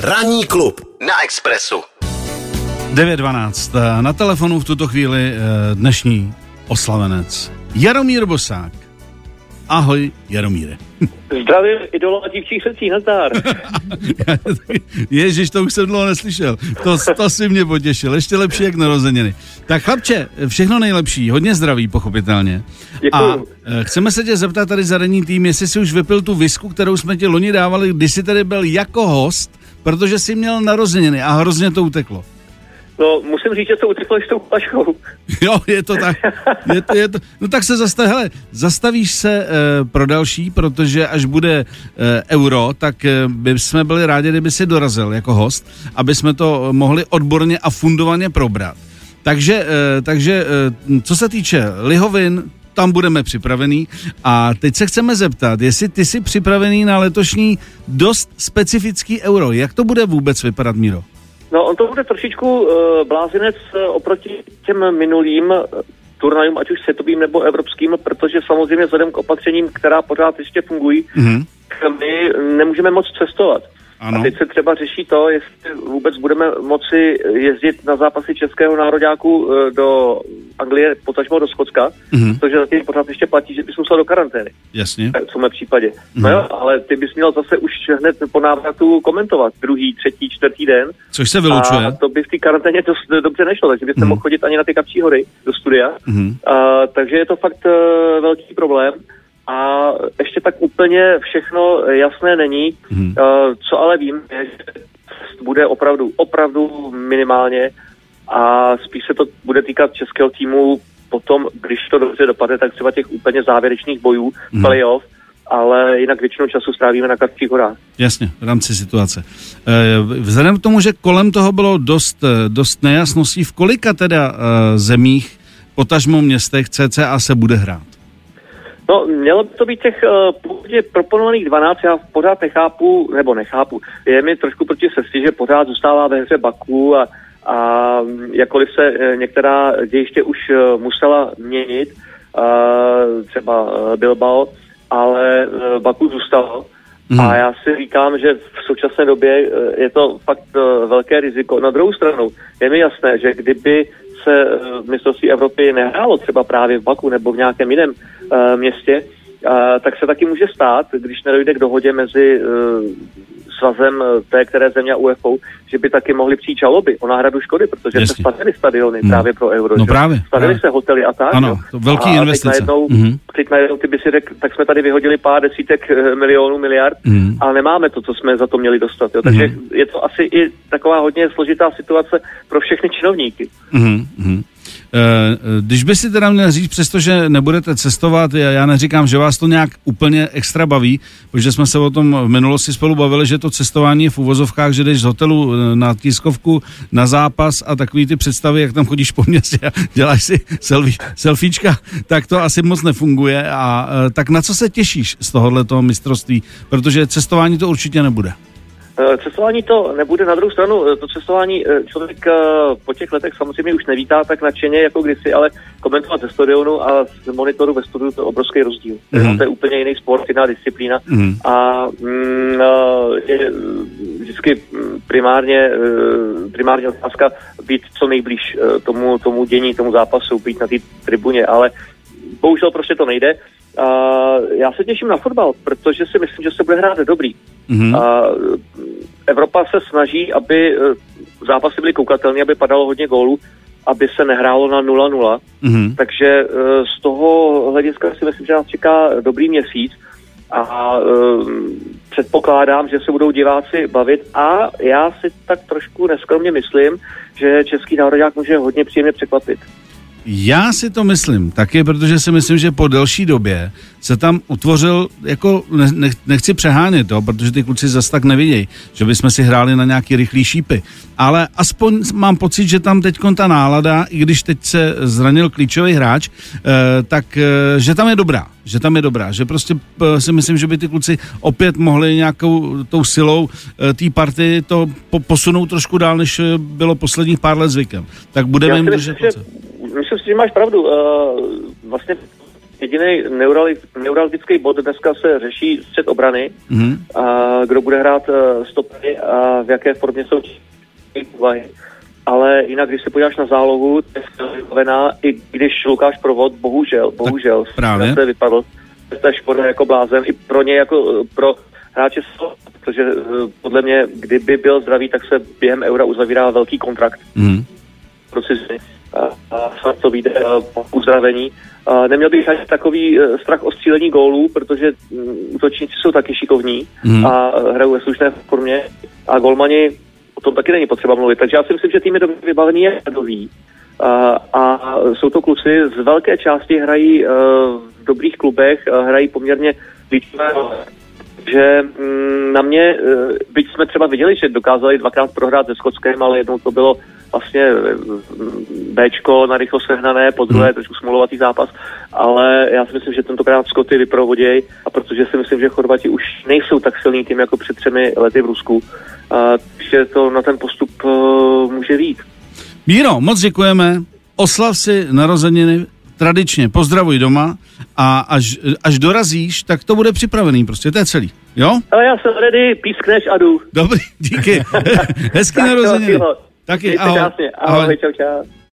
Ranní klub na Expressu. 9:12. Na telefonu v tuto chvíli dnešní oslavenec Jaromír Bosák. Ahoj, Jaromíre. Zdravím idola dívčích srdcí, nazdar. Ježiš, to už jsem dlouho neslyšel. To si mě potěšil, ještě lepší jak narozeniny. Tak chlapče, všechno nejlepší, hodně zdraví, pochopitelně. Děkuju. A chceme se tě zeptat tady za ranní tým, jestli jsi už vypil tu visku, kterou jsme ti loni dávali, když jsi tady byl jako host, protože jsi měl narozeniny a hrozně to uteklo. No, musím říct, že to uteklo s tou flaškou. Jo, je to tak. Je to. No tak se zastavíš se pro další, protože až bude euro, tak bychom byli rádi, kdyby si dorazil jako host, aby jsme to mohli odborně a fundovaně probrat. Takže co se týče lihovin, tam budeme připravený. A teď se chceme zeptat, jestli ty jsi připravený na letošní dost specifický euro. Jak to bude vůbec vypadat, Míro? No, on to bude trošičku blázinec oproti těm minulým turnajům, ať už světovým nebo evropským, protože samozřejmě vzhledem k opatřením, která pořád ještě fungují, my nemůžeme moc cestovat. Ano. A teď se třeba řeší to, jestli vůbec budeme moci jezdit na zápasy českého nároďáku do Anglie, potažmo do Skotska, protože zatím pořád ještě platí, že bys musel do karantény. Jasně. V mém případě. No jo, ale ty bys měl zase už hned po návratu komentovat druhý, třetí, čtvrtý den. Což se vylučuje. A to by v té karanténě dost dobře nešlo, takže bys nemohl chodit ani na ty Kapčí hory do studia. Takže je to fakt velký problém. A ještě tak úplně všechno jasné není. Co ale vím, je, že bude opravdu minimálně a spíš se to bude týkat českého týmu potom, když to dobře dopadne, tak třeba těch úplně závěrečných bojů, playoff, ale jinak většinou času strávíme na Karpských horách. Jasně, v rámci situace. Vzhledem k tomu, že kolem toho bylo dost nejasností, v kolika teda zemích, potažmo městech cca se bude hrát? No, mělo by to být těch původně proponovaných 12, já pořád nechápu. Je mi trošku proti srsti, že pořád zůstává ve hře Baku a jakkoliv se některá dějiště už musela měnit, třeba Bilbao, ale Baku zůstalo. A já si říkám, že v současné době je to fakt velké riziko. Na druhou stranu je mi jasné, že kdyby se mistrovství Evropy nehrálo třeba právě v Baku nebo v nějakém jiném městě, tak se taky může stát, když nedojde k dohodě mezi svazem té které země a UEFA, že by taky mohly přijít žaloby o náhradu škody, protože se spadly stadiony právě pro euro. No právě. Spadly se hotely a tak. Ano, to velký investice. Teď najednou ty by si řekl, tak jsme tady vyhodili pár desítek milionů, miliard a nemáme to, co jsme za to měli dostat. Jo. Takže je to asi i taková hodně složitá situace pro všechny činovníky. Když by si teda měl říct, přestože nebudete cestovat, já neříkám, že vás to nějak úplně extra baví, protože jsme se o tom v minulosti spolu bavili, že to cestování je v uvozovkách, že jdeš z hotelu na tiskovku, na zápas a takový ty představy, jak tam chodíš po městě a děláš si selfiečka, tak to asi moc nefunguje. A tak na co se těšíš z tohohletoho mistrovství? Protože cestování to určitě nebude. Cestování to nebude, na druhou stranu to cestování člověk po těch letech samozřejmě už nevítá tak nadšeně jako kdysi, ale komentovat ze stadionu a z monitoru ve studiu to je obrovský rozdíl. To je úplně jiný sport, jiná disciplína a je vždycky primárně otázka být co nejblíž tomu dění, tomu zápasu, být na té tribuně, ale bohužel prostě to nejde. Já se těším na fotbal, protože si myslím, že se bude hrát dobrý. Evropa se snaží, aby zápasy byly koukatelné, aby padalo hodně gólů, aby se nehrálo na 0-0. Takže z toho hlediska si myslím, že nás čeká dobrý měsíc a předpokládám, že se budou diváci bavit a já si tak trošku neskromně myslím, že český nároďák může hodně příjemně překvapit. Já si to myslím taky, protože si myslím, že po delší době se tam utvořil, jako nechci přehánět to, protože ty kluci zas tak nevidějí, že bychom si hráli na nějaký rychlý šípy, ale aspoň mám pocit, že tam teďkon ta nálada, i když teď se zranil klíčový hráč, tak že tam je dobrá, že prostě si myslím, že by ty kluci opět mohli nějakou tou silou té party to posunout trošku dál, než bylo posledních pár let zvykem. Tak budeme jim držet. Myslím si, že máš pravdu. Vlastně jediný neuralgický bod dneska se řeší střed obrany, a kdo bude hrát stopy a v jaké formě jsou úvahy. Ale jinak, když se podíváš na zálohu, to je vybavená, i když Lukáš Provod, bohužel, se vypadl, to je škoda jako blázen, i pro ně jako pro hráče, protože podle mě, kdyby byl zdravý, tak se během Eura uzavírá velký kontrakt. Pro sezónu. A snad to vyjde po uzdravení. Neměl bych ani takový strach o střílení gólů, protože útočníci jsou taky šikovní a hrajou ve slušné formě a golmani o tom taky není potřeba mluvit. Takže já si myslím, že tým je dobře vybavený, je radový. A jsou to kluci, z velké části hrají v dobrých klubech, hrají poměrně klíčové, že na mě, byť jsme třeba viděli, že dokázali dvakrát prohrát se Skotskem, ale jednou to bylo vlastně Bčko na rychlo sehnané, po druhé trošku smulovatý zápas, ale já si myslím, že tentokrát Skoty vyprovodějí, a protože si myslím, že Chorvati už nejsou tak silný tým jako před 3 lety v Rusku, takže to na ten postup může vyjít. Míro, moc děkujeme, oslav si narozeniny, tradičně pozdravuj doma a až dorazíš, tak to bude připravený, prostě to je celý, jo? Ale já jsem ready, pískneš a jdu. Dobrý, díky. Hezký narozeniny. Taky, ahoj. Ahoj, čau.